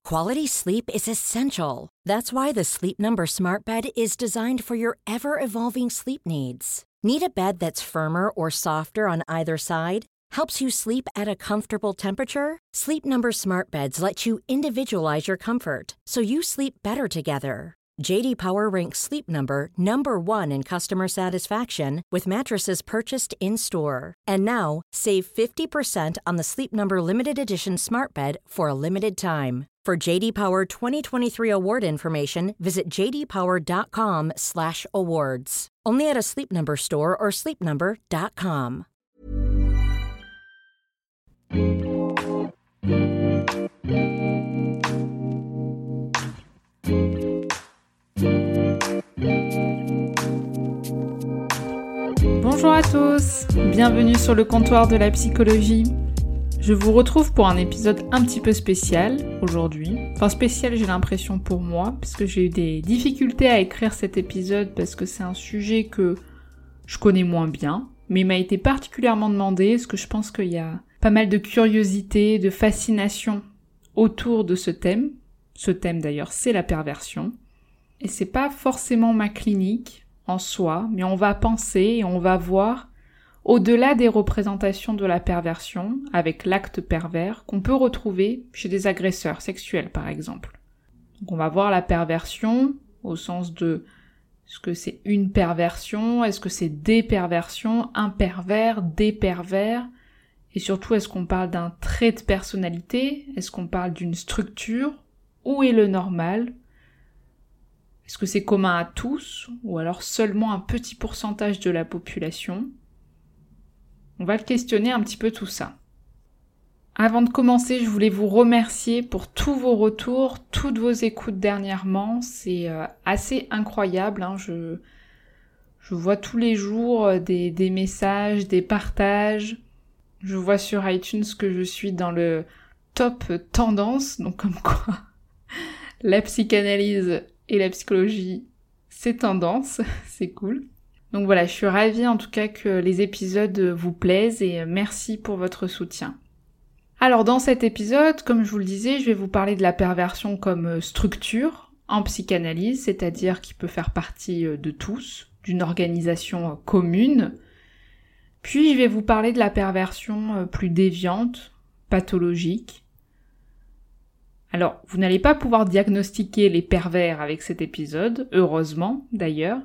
Quality sleep is essential. That's why the Sleep Number Smart Bed is designed for your ever-evolving sleep needs. Need a bed that's firmer or softer on either side? Helps you sleep at a comfortable temperature? Sleep Number Smart Beds let you individualize your comfort, so you sleep better together. J.D. Power ranks Sleep Number number 1 in customer satisfaction with mattresses purchased in-store. And now, save 50% on the Sleep Number Limited Edition Smart Bed for a limited time. For J.D. Power 2023 award information, visit jdpower.com/awards. Only at a Sleep Number store or sleepnumber.com. Bonjour à tous, bienvenue sur le comptoir de la psychologie. Je vous retrouve pour un épisode un petit peu spécial aujourd'hui. Enfin spécial j'ai l'impression pour moi, parce que j'ai eu des difficultés à écrire cet épisode parce que c'est un sujet que je connais moins bien, mais il m'a été particulièrement demandé parce que je pense qu'il y a pas mal de curiosité, de fascination autour de ce thème. Ce thème d'ailleurs c'est la perversion. Et c'est pas forcément ma clinique en soi, mais on va penser et on va voir au-delà des représentations de la perversion, avec l'acte pervers, qu'on peut retrouver chez des agresseurs sexuels par exemple. Donc on va voir la perversion au sens de est-ce que c'est une perversion, est-ce que c'est des perversions, un pervers, des pervers, et surtout est-ce qu'on parle d'un trait de personnalité, est-ce qu'on parle d'une structure, où est le normal ? Est-ce que c'est commun à tous, ou alors seulement un petit pourcentage de la population ? On va questionner un petit peu tout ça. Avant de commencer, je voulais vous remercier pour tous vos retours, toutes vos écoutes dernièrement. C'est assez incroyable, hein. Je vois tous les jours des messages, des partages. Je vois sur iTunes que je suis dans le top tendance, donc comme quoi la psychanalyse et la psychologie, c'est tendance, c'est cool. Donc voilà, je suis ravie en tout cas que les épisodes vous plaisent et merci pour votre soutien. Alors dans cet épisode, comme je vous le disais, je vais vous parler de la perversion comme structure en psychanalyse, c'est-à-dire qui peut faire partie de tous, d'une organisation commune. Puis je vais vous parler de la perversion plus déviante, pathologique. Alors, vous n'allez pas pouvoir diagnostiquer les pervers avec cet épisode, heureusement d'ailleurs.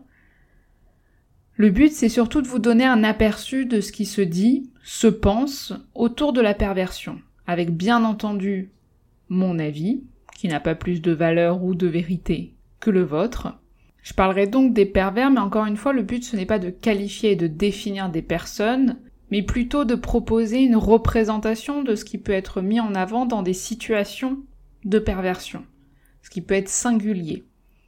Le but, c'est surtout de vous donner un aperçu de ce qui se dit, se pense, autour de la perversion, avec bien entendu mon avis, qui n'a pas plus de valeur ou de vérité que le vôtre. Je parlerai donc des pervers, mais encore une fois, le but, ce n'est pas de qualifier et de définir des personnes, mais plutôt de proposer une représentation de ce qui peut être mis en avant dans des situations de perversion, ce qui peut être singulier,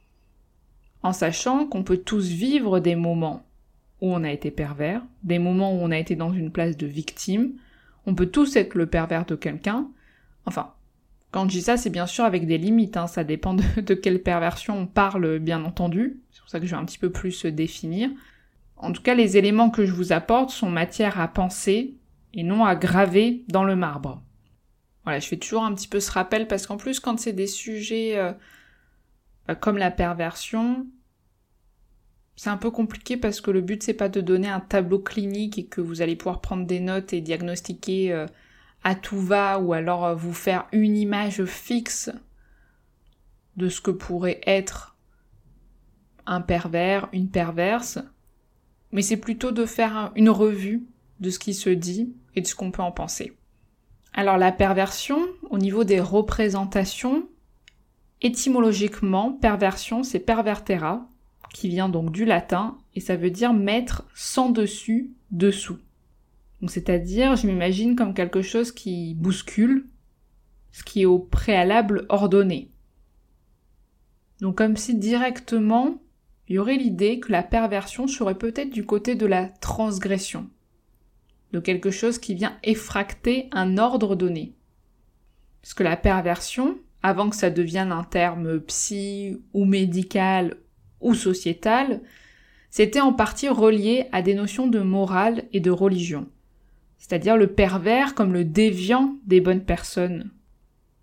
en sachant qu'on peut tous vivre des moments où on a été pervers, des moments où on a été dans une place de victime, on peut tous être le pervers de quelqu'un, enfin, quand je dis ça, c'est bien sûr avec des limites, hein, ça dépend de quelle perversion on parle, bien entendu, c'est pour ça que je vais un petit peu plus définir. En tout cas, les éléments que je vous apporte sont matière à penser et non à graver dans le marbre. Voilà, je fais toujours un petit peu ce rappel parce qu'en plus, quand c'est des sujets comme la perversion, c'est un peu compliqué parce que le but, c'est pas de donner un tableau clinique et que vous allez pouvoir prendre des notes et diagnostiquer à tout va ou alors vous faire une image fixe de ce que pourrait être un pervers, une perverse, mais c'est plutôt de faire une revue de ce qui se dit et de ce qu'on peut en penser. Alors la perversion, au niveau des représentations, étymologiquement, perversion, c'est pervertera, qui vient donc du latin, et ça veut dire mettre sans dessus, dessous. Donc c'est-à-dire, je m'imagine comme quelque chose qui bouscule, ce qui est au préalable ordonné. Donc comme si directement, il y aurait l'idée que la perversion serait peut-être du côté de la transgression, de quelque chose qui vient effracter un ordre donné. Parce que la perversion, avant que ça devienne un terme psy ou médical ou sociétal, c'était en partie relié à des notions de morale et de religion. C'est-à-dire le pervers comme le déviant des bonnes personnes.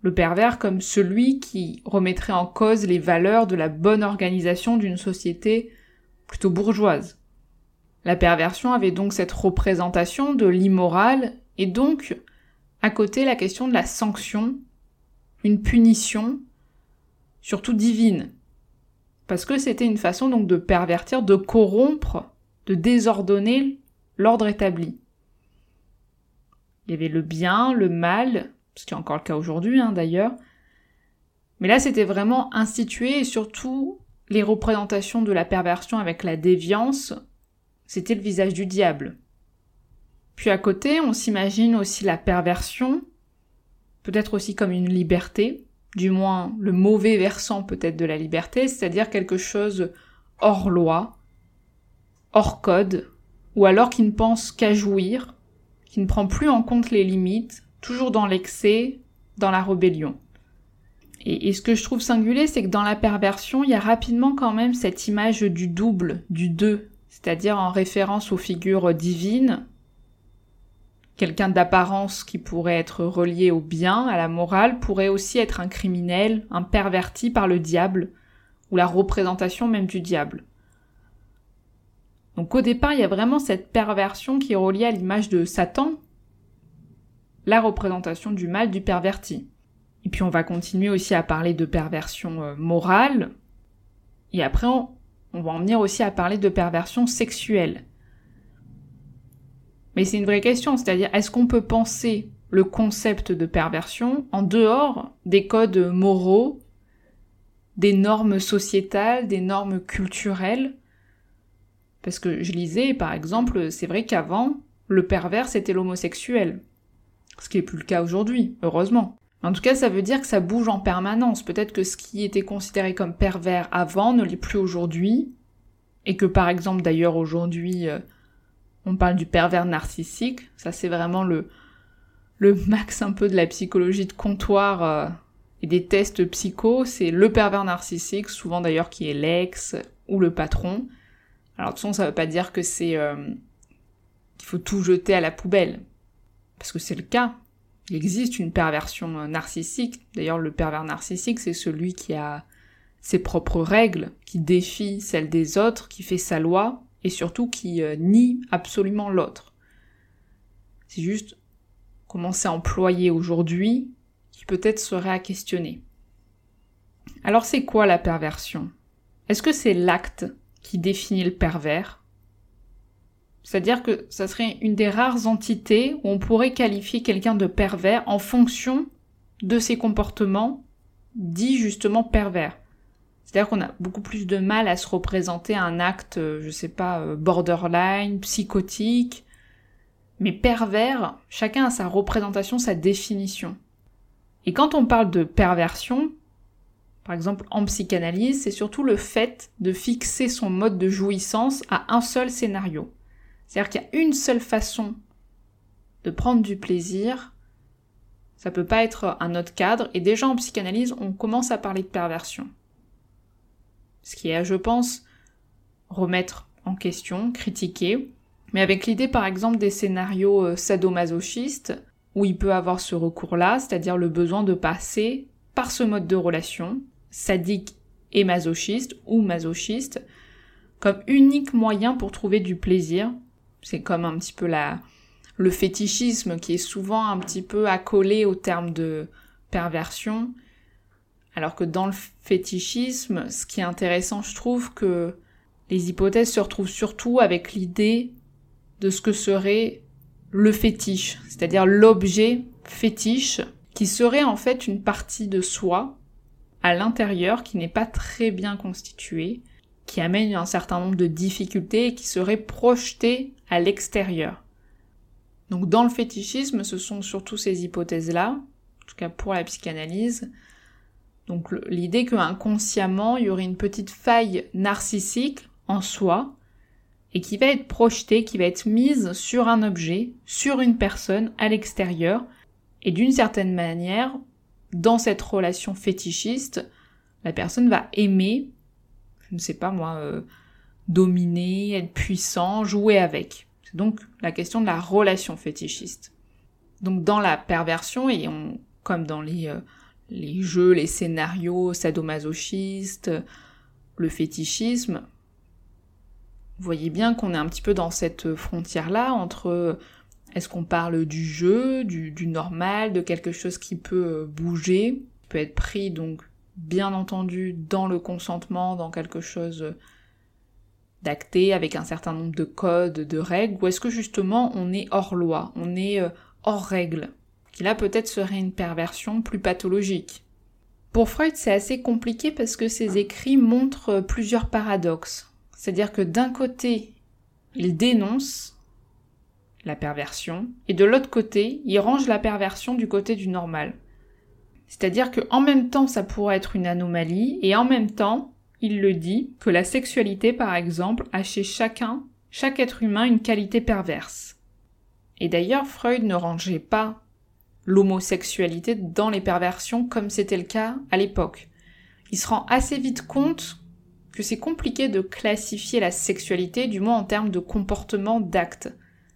Le pervers comme celui qui remettrait en cause les valeurs de la bonne organisation d'une société plutôt bourgeoise. La perversion avait donc cette représentation de l'immoral et donc, à côté, la question de la sanction, une punition, surtout divine. Parce que c'était une façon donc de pervertir, de corrompre, de désordonner l'ordre établi. Il y avait le bien, le mal, ce qui est encore le cas aujourd'hui d'ailleurs, mais là c'était vraiment institué et surtout les représentations de la perversion avec la déviance, c'était le visage du diable. Puis à côté, on s'imagine aussi la perversion, peut-être aussi comme une liberté, du moins le mauvais versant peut-être de la liberté, c'est-à-dire quelque chose hors loi, hors code, ou alors qui ne pense qu'à jouir, qui ne prend plus en compte les limites, toujours dans l'excès, dans la rébellion. Et ce que je trouve singulier, c'est que dans la perversion, il y a rapidement quand même cette image du double, du deux, c'est-à-dire en référence aux figures divines, quelqu'un d'apparence qui pourrait être relié au bien, à la morale, pourrait aussi être un criminel, un perverti par le diable, ou la représentation même du diable. Donc au départ, il y a vraiment cette perversion qui est reliée à l'image de Satan, la représentation du mal, du perverti. Et puis on va continuer aussi à parler de perversion morale, et après on va en venir aussi à parler de perversion sexuelle. Mais c'est une vraie question, c'est-à-dire est-ce qu'on peut penser le concept de perversion en dehors des codes moraux, des normes sociétales, des normes culturelles? Parce que je lisais, par exemple, c'est vrai qu'avant, le pervers c'était l'homosexuel. Ce qui n'est plus le cas aujourd'hui, heureusement. En tout cas, ça veut dire que ça bouge en permanence. Peut-être que ce qui était considéré comme pervers avant ne l'est plus aujourd'hui, et que par exemple d'ailleurs aujourd'hui, on parle du pervers narcissique. Ça c'est vraiment le max un peu de la psychologie de comptoir et des tests psycho. C'est le pervers narcissique, souvent d'ailleurs qui est l'ex ou le patron. Alors de toute façon, ça veut pas dire que c'est qu'il faut tout jeter à la poubelle, parce que c'est le cas. Il existe une perversion narcissique. D'ailleurs, le pervers narcissique, c'est celui qui a ses propres règles, qui défie celles des autres, qui fait sa loi, et surtout qui nie absolument l'autre. C'est juste comment c'est employé aujourd'hui, qui peut-être serait à questionner. Alors c'est quoi la perversion? Est-ce que c'est l'acte qui définit le pervers? C'est-à-dire que ça serait une des rares entités où on pourrait qualifier quelqu'un de pervers en fonction de ses comportements dits justement pervers. C'est-à-dire qu'on a beaucoup plus de mal à se représenter un acte, borderline, psychotique, mais pervers, chacun a sa représentation, sa définition. Et quand on parle de perversion, par exemple en psychanalyse, c'est surtout le fait de fixer son mode de jouissance à un seul scénario. C'est-à-dire qu'il y a une seule façon de prendre du plaisir, ça peut pas être un autre cadre, et déjà en psychanalyse, on commence à parler de perversion. Ce qui est, je pense, remettre en question, critiquer, mais avec l'idée par exemple des scénarios sadomasochistes, où il peut avoir ce recours-là, c'est-à-dire le besoin de passer par ce mode de relation, sadique et masochiste, ou masochiste, comme unique moyen pour trouver du plaisir. C'est comme un petit peu le fétichisme qui est souvent un petit peu accolé au terme de perversion, alors que dans le fétichisme, ce qui est intéressant, je trouve que les hypothèses se retrouvent surtout avec l'idée de ce que serait le fétiche, c'est-à-dire l'objet fétiche, qui serait en fait une partie de soi à l'intérieur qui n'est pas très bien constituée, qui amène un certain nombre de difficultés et qui serait projetée à l'extérieur. Donc dans le fétichisme, ce sont surtout ces hypothèses-là, en tout cas pour la psychanalyse. Donc l'idée qu'inconsciemment, il y aurait une petite faille narcissique en soi, et qui va être projetée, qui va être mise sur un objet, sur une personne, à l'extérieur, et d'une certaine manière, dans cette relation fétichiste, la personne va aimer, je ne sais pas moi, dominer, être puissant, jouer avec. C'est donc la question de la relation fétichiste. Donc dans la perversion, et comme dans les jeux, les scénarios sadomasochistes, le fétichisme. Vous voyez bien qu'on est un petit peu dans cette frontière-là entre est-ce qu'on parle du jeu, du normal, de quelque chose qui peut bouger, qui peut être pris donc bien entendu dans le consentement, dans quelque chose d'acté avec un certain nombre de codes, de règles, ou est-ce que justement on est hors loi, on est hors règle, qui là peut-être serait une perversion plus pathologique. Pour Freud, c'est assez compliqué parce que ses écrits montrent plusieurs paradoxes. C'est-à-dire que d'un côté, il dénonce la perversion, et de l'autre côté, il range la perversion du côté du normal. C'est-à-dire qu'en même temps, ça pourrait être une anomalie, et en même temps, il le dit, que la sexualité, par exemple, a chez chaque être humain, une qualité perverse. Et d'ailleurs, Freud ne rangeait pas l'homosexualité dans les perversions comme c'était le cas à l'époque. Il se rend assez vite compte que c'est compliqué de classifier la sexualité, du moins en termes de comportement, d'acte.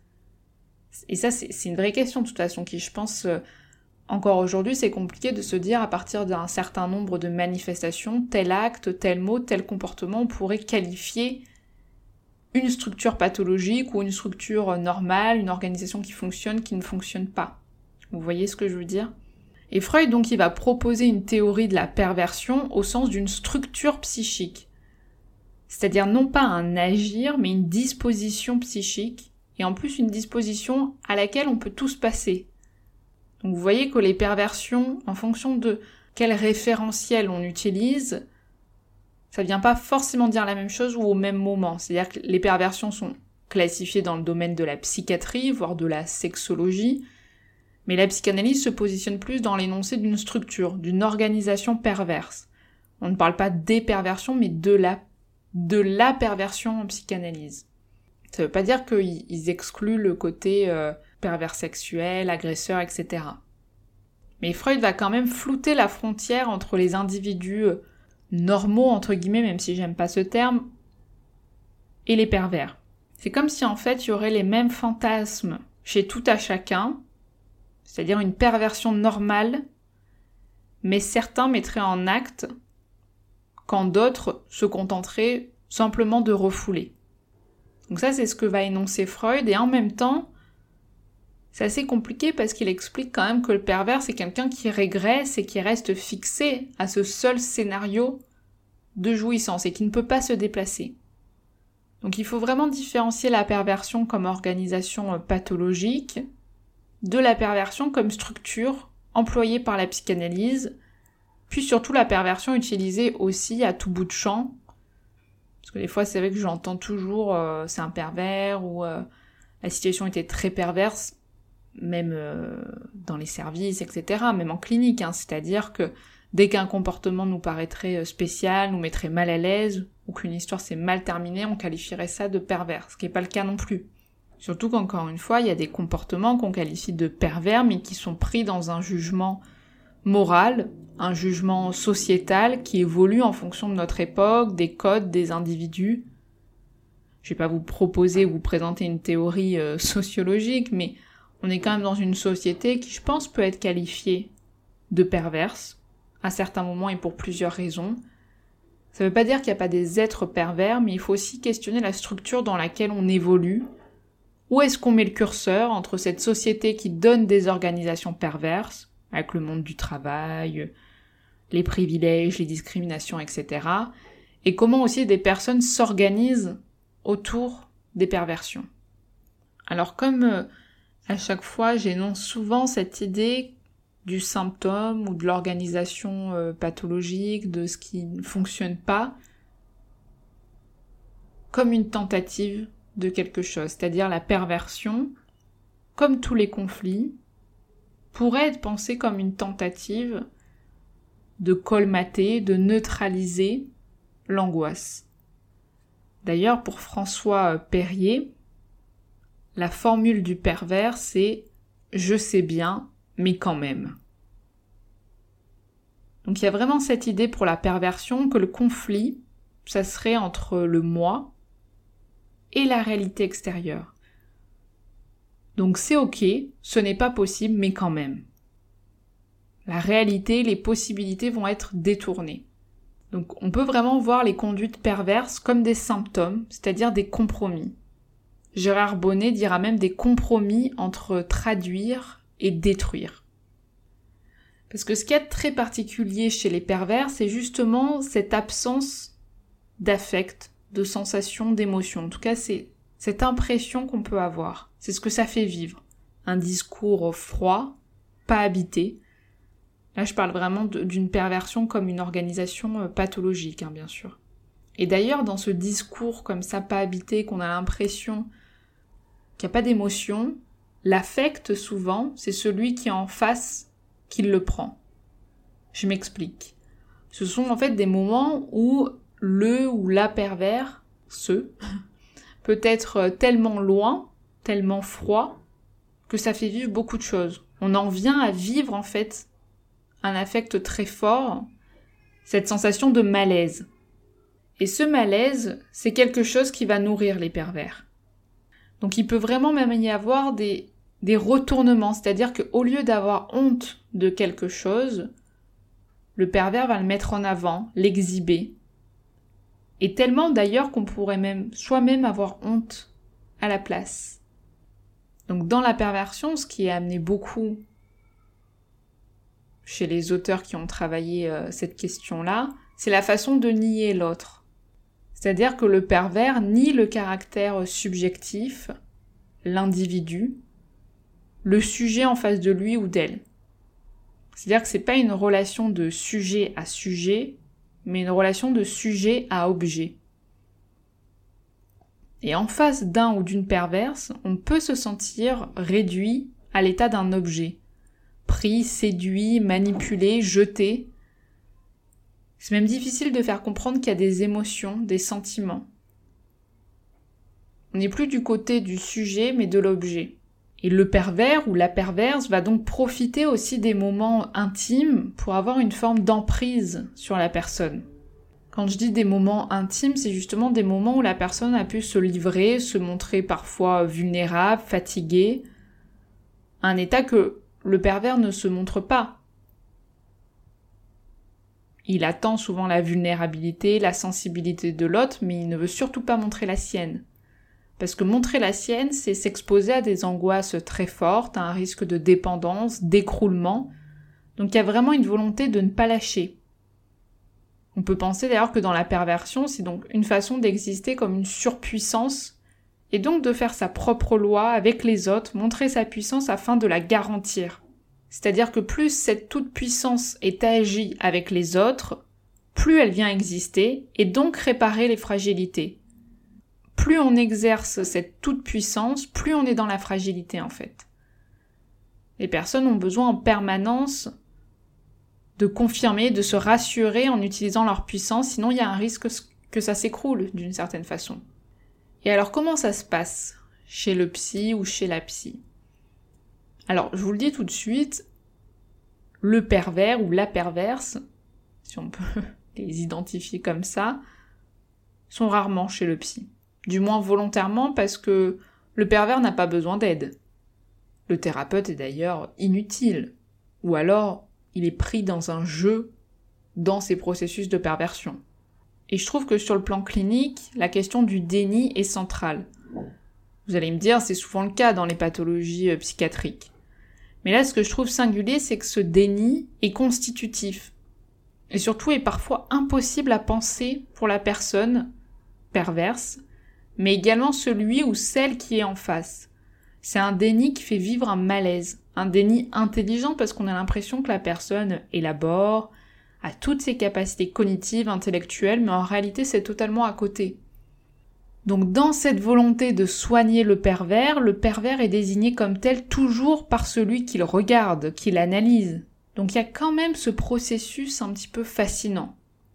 Et ça, c'est une vraie question, de toute façon, qui, je pense, encore aujourd'hui, c'est compliqué de se dire, à partir d'un certain nombre de manifestations, tel acte, tel mot, tel comportement, on pourrait qualifier une structure pathologique ou une structure normale, une organisation qui fonctionne, qui ne fonctionne pas. Vous voyez ce que je veux dire ? Et Freud, donc, il va proposer une théorie de la perversion au sens d'une structure psychique. C'est-à-dire non pas un agir, mais une disposition psychique, et en plus une disposition à laquelle on peut tous passer. Donc vous voyez que les perversions, en fonction de quel référentiel on utilise, ça vient pas forcément dire la même chose ou au même moment. C'est-à-dire que les perversions sont classifiées dans le domaine de la psychiatrie, voire de la sexologie, mais la psychanalyse se positionne plus dans l'énoncé d'une structure, d'une organisation perverse. On ne parle pas des perversions, mais de la perversion en psychanalyse. Ça veut pas dire qu'ils excluent le côté pervers sexuel, agresseur, etc. Mais Freud va quand même flouter la frontière entre les individus normaux, entre guillemets, même si j'aime pas ce terme, et les pervers. C'est comme si en fait il y aurait les mêmes fantasmes chez tout à chacun, c'est-à-dire une perversion normale, mais certains mettraient en acte quand d'autres se contenteraient simplement de refouler. Donc ça, c'est ce que va énoncer Freud, et en même temps, c'est assez compliqué parce qu'il explique quand même que le pervers, c'est quelqu'un qui régresse et qui reste fixé à ce seul scénario de jouissance et qui ne peut pas se déplacer. Donc il faut vraiment différencier la perversion comme organisation pathologique de la perversion comme structure employée par la psychanalyse, puis surtout la perversion utilisée aussi à tout bout de champ. Parce que des fois, c'est vrai que j'entends toujours c'est un pervers ou la situation était très perverse, même dans les services, etc., même en clinique. C'est-à-dire que dès qu'un comportement nous paraîtrait spécial, nous mettrait mal à l'aise, ou qu'une histoire s'est mal terminée, on qualifierait ça de pervers, ce qui n'est pas le cas non plus. Surtout qu'encore une fois, il y a des comportements qu'on qualifie de pervers, mais qui sont pris dans un jugement moral, un jugement sociétal qui évolue en fonction de notre époque, des codes, des individus. Je vais pas vous proposer ou vous présenter une théorie sociologique, mais on est quand même dans une société qui, je pense, peut être qualifiée de perverse, à certains moments et pour plusieurs raisons. Ça veut pas dire qu'il n'y a pas des êtres pervers, mais il faut aussi questionner la structure dans laquelle on évolue. Où est-ce qu'on met le curseur entre cette société qui donne des organisations perverses, avec le monde du travail, les privilèges, les discriminations, etc. Et comment aussi des personnes s'organisent autour des perversions. Alors comme à chaque fois j'énonce souvent cette idée du symptôme ou de l'organisation pathologique, de ce qui ne fonctionne pas, comme une tentative de quelque chose, c'est-à-dire la perversion, comme tous les conflits, pourrait être pensée comme une tentative de colmater, de neutraliser l'angoisse. D'ailleurs, pour François Perrier, la formule du pervers, c'est « je sais bien, mais quand même ». Donc il y a vraiment cette idée pour la perversion que le conflit, ça serait entre le moi et la réalité extérieure. Donc c'est ok, ce n'est pas possible, mais quand même. la réalité, les possibilités vont être détournées. Donc on peut vraiment voir les conduites perverses comme des symptômes, c'est-à-dire des compromis. Gérard Bonnet dira même des compromis entre traduire et détruire. Parce que ce qu'il y a de très particulier chez les pervers, c'est justement cette absence d'affect, de sensation, d'émotion. En tout cas, c'est cette impression qu'on peut avoir. C'est ce que ça fait vivre. Un discours froid, pas habité. Là, je parle vraiment d'une perversion comme une organisation pathologique, bien sûr. Et d'ailleurs, dans ce discours comme ça, pas habité, qu'on a l'impression qu'il n'y a pas d'émotion, l'affect, souvent, c'est celui qui est en face qui le prend. Je m'explique. Ce sont en fait des moments où le ou la pervers, peut être tellement loin, tellement froid, que ça fait vivre beaucoup de choses. On en vient à vivre en fait un affect très fort, cette sensation de malaise. Et ce malaise, c'est quelque chose qui va nourrir les pervers. Donc il peut vraiment même y avoir des retournements, c'est-à-dire qu'au lieu d'avoir honte de quelque chose, le pervers va le mettre en avant, l'exhiber. Et tellement d'ailleurs qu'on pourrait même soi-même avoir honte à la place. Donc dans la perversion, ce qui a amené beaucoup chez les auteurs qui ont travaillé cette question-là, c'est la façon de nier l'autre. C'est-à-dire que le pervers nie le caractère subjectif, l'individu, le sujet en face de lui ou d'elle. C'est-à-dire que c'est pas une relation de sujet à sujet, mais une relation de sujet à objet. Et en face d'un ou d'une perverse, on peut se sentir réduit à l'état d'un objet, pris, séduit, manipulé, jeté. C'est même difficile de faire comprendre qu'il y a des émotions, des sentiments. On n'est plus du côté du sujet, mais de l'objet. Et le pervers ou la perverse va donc profiter aussi des moments intimes pour avoir une forme d'emprise sur la personne. Quand je dis des moments intimes, c'est justement des moments où la personne a pu se livrer, se montrer parfois vulnérable, fatiguée, un état que le pervers ne se montre pas. Il attend souvent la vulnérabilité, la sensibilité de l'autre, mais il ne veut surtout pas montrer la sienne. Parce que montrer la sienne, c'est s'exposer à des angoisses très fortes, à un risque de dépendance, d'écroulement. Donc il y a vraiment une volonté de ne pas lâcher. On peut penser d'ailleurs que dans la perversion, c'est donc une façon d'exister comme une surpuissance, et donc de faire sa propre loi avec les autres, montrer sa puissance afin de la garantir. C'est-à-dire que plus cette toute-puissance est agie avec les autres, plus elle vient exister, et donc réparer les fragilités. Plus on exerce cette toute-puissance, plus on est dans la fragilité en fait. Les personnes ont besoin en permanence de confirmer, de se rassurer en utilisant leur puissance, sinon il y a un risque que ça s'écroule d'une certaine façon. Et alors comment ça se passe chez le psy ou chez la psy ? Alors je vous le dis tout de suite, le pervers ou la perverse, si on peut les identifier comme ça, sont rarement chez le psy. Du moins volontairement parce que le pervers n'a pas besoin d'aide. Le thérapeute est d'ailleurs inutile. Ou alors, il est pris dans un jeu dans ses processus de perversion. Et je trouve que sur le plan clinique, la question du déni est centrale. Vous allez me dire, c'est souvent le cas dans les pathologies psychiatriques. Mais là, ce que je trouve singulier, c'est que ce déni est constitutif. Et surtout est parfois impossible à penser pour la personne perverse, mais également celui ou celle qui est en face. C'est un déni qui fait vivre un malaise, un déni intelligent parce qu'on a l'impression que la personne élabore, a toutes ses capacités cognitives, intellectuelles, mais en réalité c'est totalement à côté. Donc dans cette volonté de soigner le pervers est désigné comme tel toujours par celui qui le regarde, qui l'analyse. Donc il y a quand même ce processus un petit peu fascinant.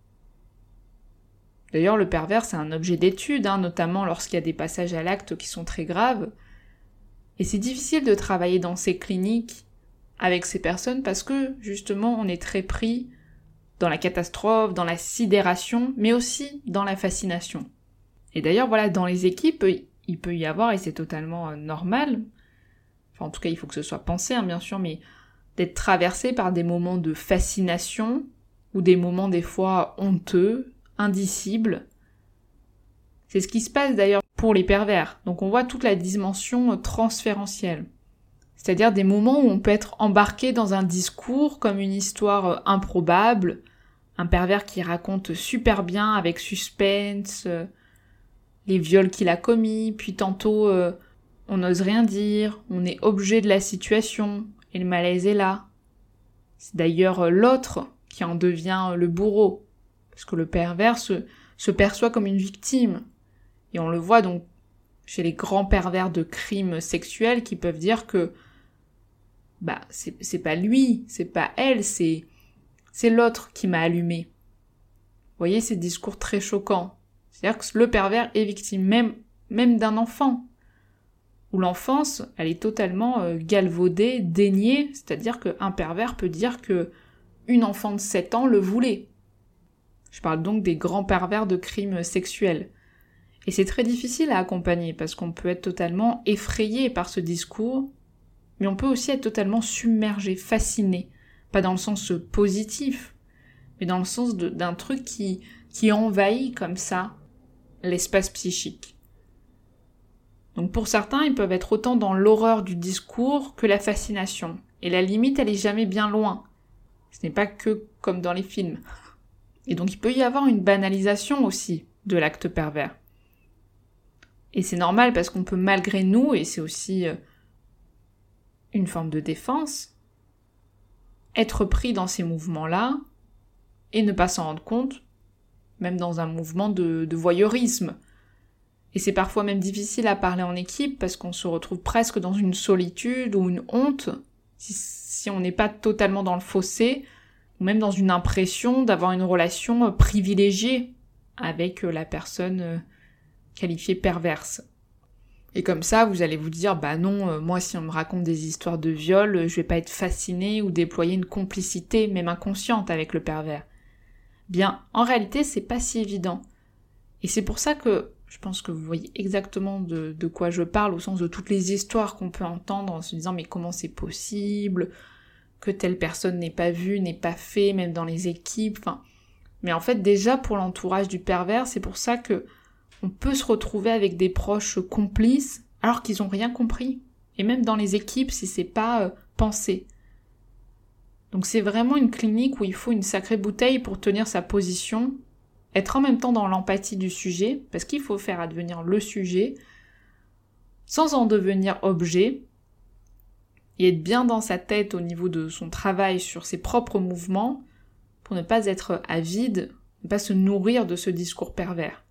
D'ailleurs, le pervers, c'est un objet d'étude, notamment lorsqu'il y a des passages à l'acte qui sont très graves. Et c'est difficile de travailler dans ces cliniques avec ces personnes parce que, justement, on est très pris dans la catastrophe, dans la sidération, mais aussi dans la fascination. Et d'ailleurs, voilà, dans les équipes, il peut y avoir, et c'est totalement normal, enfin en tout cas il faut que ce soit pensé, bien sûr, mais d'être traversé par des moments de fascination ou des moments des fois honteux, indicibles. C'est ce qui se passe d'ailleurs pour les pervers. Donc on voit toute la dimension transférentielle. C'est-à-dire des moments où on peut être embarqué dans un discours comme une histoire improbable, un pervers qui raconte super bien avec suspense les viols qu'il a commis, puis tantôt on n'ose rien dire, on est objet de la situation et le malaise est là. C'est d'ailleurs l'autre qui en devient le bourreau, parce que le pervers se perçoit comme une victime. Et on le voit donc chez les grands pervers de crimes sexuels qui peuvent dire que c'est pas lui, c'est pas elle, c'est l'autre qui m'a allumé. Vous voyez ces discours très choquants. C'est-à-dire que le pervers est victime même d'un enfant, où l'enfance, elle est totalement galvaudée, déniée, c'est-à-dire qu'un pervers peut dire que une enfant de 7 ans le voulait. Je parle donc des grands pervers de crimes sexuels. Et c'est très difficile à accompagner, parce qu'on peut être totalement effrayé par ce discours, mais on peut aussi être totalement submergé, fasciné, pas dans le sens positif, mais dans le sens d'un truc qui envahit comme ça l'espace psychique. Donc pour certains, ils peuvent être autant dans l'horreur du discours que la fascination. Et la limite, elle est jamais bien loin. Ce n'est pas que comme dans les films. Et donc il peut y avoir une banalisation aussi de l'acte pervers. Et c'est normal parce qu'on peut malgré nous, et c'est aussi une forme de défense, être pris dans ces mouvements-là et ne pas s'en rendre compte, même dans un mouvement de voyeurisme. Et c'est parfois même difficile à parler en équipe parce qu'on se retrouve presque dans une solitude ou une honte si on n'est pas totalement dans le fossé, ou même dans une impression d'avoir une relation privilégiée avec la personne qualifiée perverse. Et comme ça, vous allez vous dire, non, moi si on me raconte des histoires de viol, je vais pas être fascinée ou déployer une complicité, même inconsciente, avec le pervers. Bien, en réalité, c'est pas si évident. Et c'est pour ça que je pense que vous voyez exactement de quoi je parle, au sens de toutes les histoires qu'on peut entendre en se disant mais comment c'est possible que telle personne n'ait pas vu, n'ait pas fait, même dans les équipes, Mais en fait, déjà pour l'entourage du pervers, c'est pour ça que on peut se retrouver avec des proches complices alors qu'ils ont rien compris. Et même dans les équipes, si c'est pas pensé. Donc c'est vraiment une clinique où il faut une sacrée bouteille pour tenir sa position, être en même temps dans l'empathie du sujet, parce qu'il faut faire advenir le sujet, sans en devenir objet, et être bien dans sa tête au niveau de son travail sur ses propres mouvements, pour ne pas être avide, ne pas se nourrir de ce discours pervers.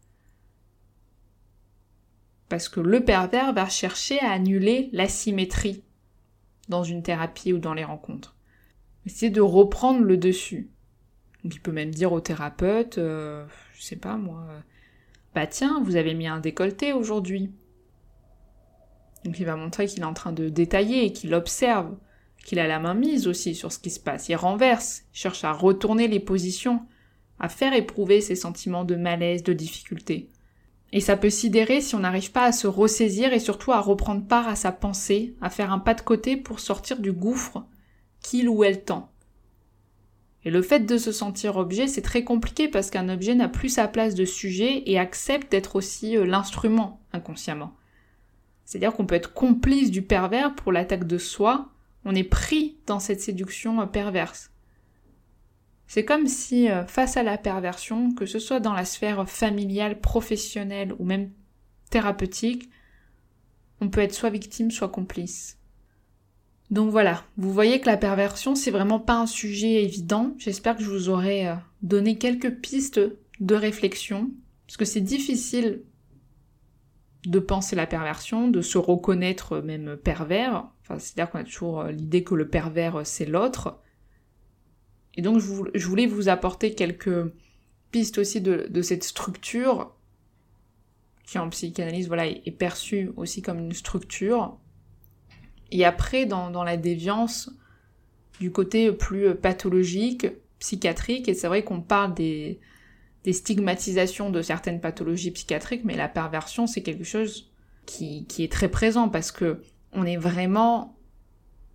Parce que le pervers va chercher à annuler l'asymétrie dans une thérapie ou dans les rencontres. Essayer de reprendre le dessus. Donc il peut même dire au thérapeute, je sais pas moi, tiens, vous avez mis un décolleté aujourd'hui. Donc il va montrer qu'il est en train de détailler, qu'il observe, qu'il a la main mise aussi sur ce qui se passe. Il renverse, il cherche à retourner les positions, à faire éprouver ses sentiments de malaise, de difficulté. Et ça peut sidérer si on n'arrive pas à se ressaisir et surtout à reprendre part à sa pensée, à faire un pas de côté pour sortir du gouffre qu'il ou elle tend. Et le fait de se sentir objet, c'est très compliqué parce qu'un objet n'a plus sa place de sujet et accepte d'être aussi l'instrument inconsciemment. C'est-à-dire qu'on peut être complice du pervers pour l'attaque de soi, on est pris dans cette séduction perverse. C'est comme si, face à la perversion, que ce soit dans la sphère familiale, professionnelle ou même thérapeutique, on peut être soit victime, soit complice. Donc voilà, vous voyez que la perversion, c'est vraiment pas un sujet évident. J'espère que je vous aurai donné quelques pistes de réflexion, parce que c'est difficile de penser la perversion, de se reconnaître même pervers. C'est-à-dire qu'on a toujours l'idée que le pervers, c'est l'autre. Et donc je voulais vous apporter quelques pistes aussi de cette structure, qui en psychanalyse est perçue aussi comme une structure. Et après, dans la déviance, du côté plus pathologique, psychiatrique, et c'est vrai qu'on parle des stigmatisations de certaines pathologies psychiatriques, mais la perversion, c'est quelque chose qui est très présent, parce que on est vraiment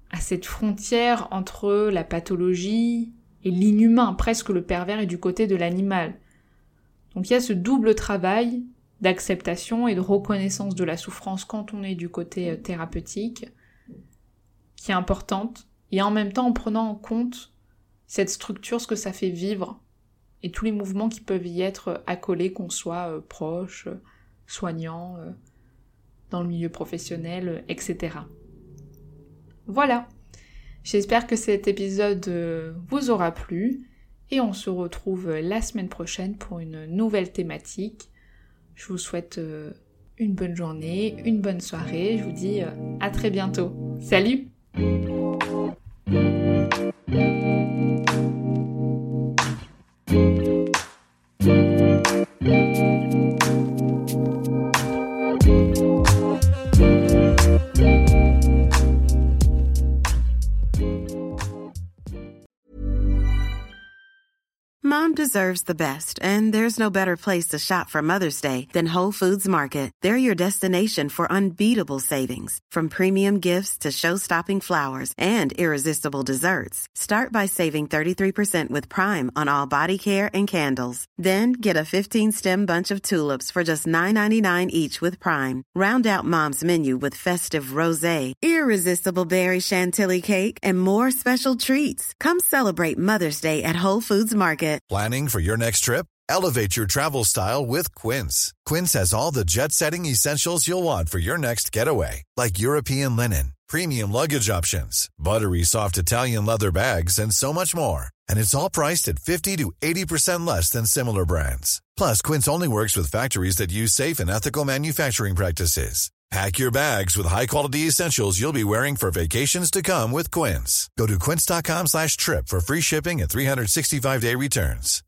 à cette frontière entre la pathologie et l'inhumain, presque le pervers est du côté de l'animal. Donc il y a ce double travail d'acceptation et de reconnaissance de la souffrance quand on est du côté thérapeutique, qui est importante, et en même temps en prenant en compte cette structure, ce que ça fait vivre, et tous les mouvements qui peuvent y être accolés, qu'on soit proche, soignant, dans le milieu professionnel, etc. Voilà, j'espère que cet épisode vous aura plu, et on se retrouve la semaine prochaine pour une nouvelle thématique. Je vous souhaite une bonne journée, une bonne soirée, je vous dis à très bientôt. Salut! Mom deserves the best, and there's no better place to shop for Mother's Day than Whole Foods Market. They're your destination for unbeatable savings, from premium gifts to show-stopping flowers and irresistible desserts. Start by saving 33% with Prime on all body care and candles. Then get a 15-stem bunch of tulips for just $9.99 each with Prime. Round out Mom's menu with festive rosé, irresistible berry chantilly cake, and more special treats. Come celebrate Mother's Day at Whole Foods Market. Planning for your next trip? Elevate your travel style with Quince. Quince has all the jet-setting essentials you'll want for your next getaway, like European linen, premium luggage options, buttery soft Italian leather bags, and so much more. And it's all priced at 50 to 80% less than similar brands. Plus, Quince only works with factories that use safe and ethical manufacturing practices. Pack your bags with high-quality essentials you'll be wearing for vacations to come with Quince. Go to quince.com/trip for free shipping and 365-day returns.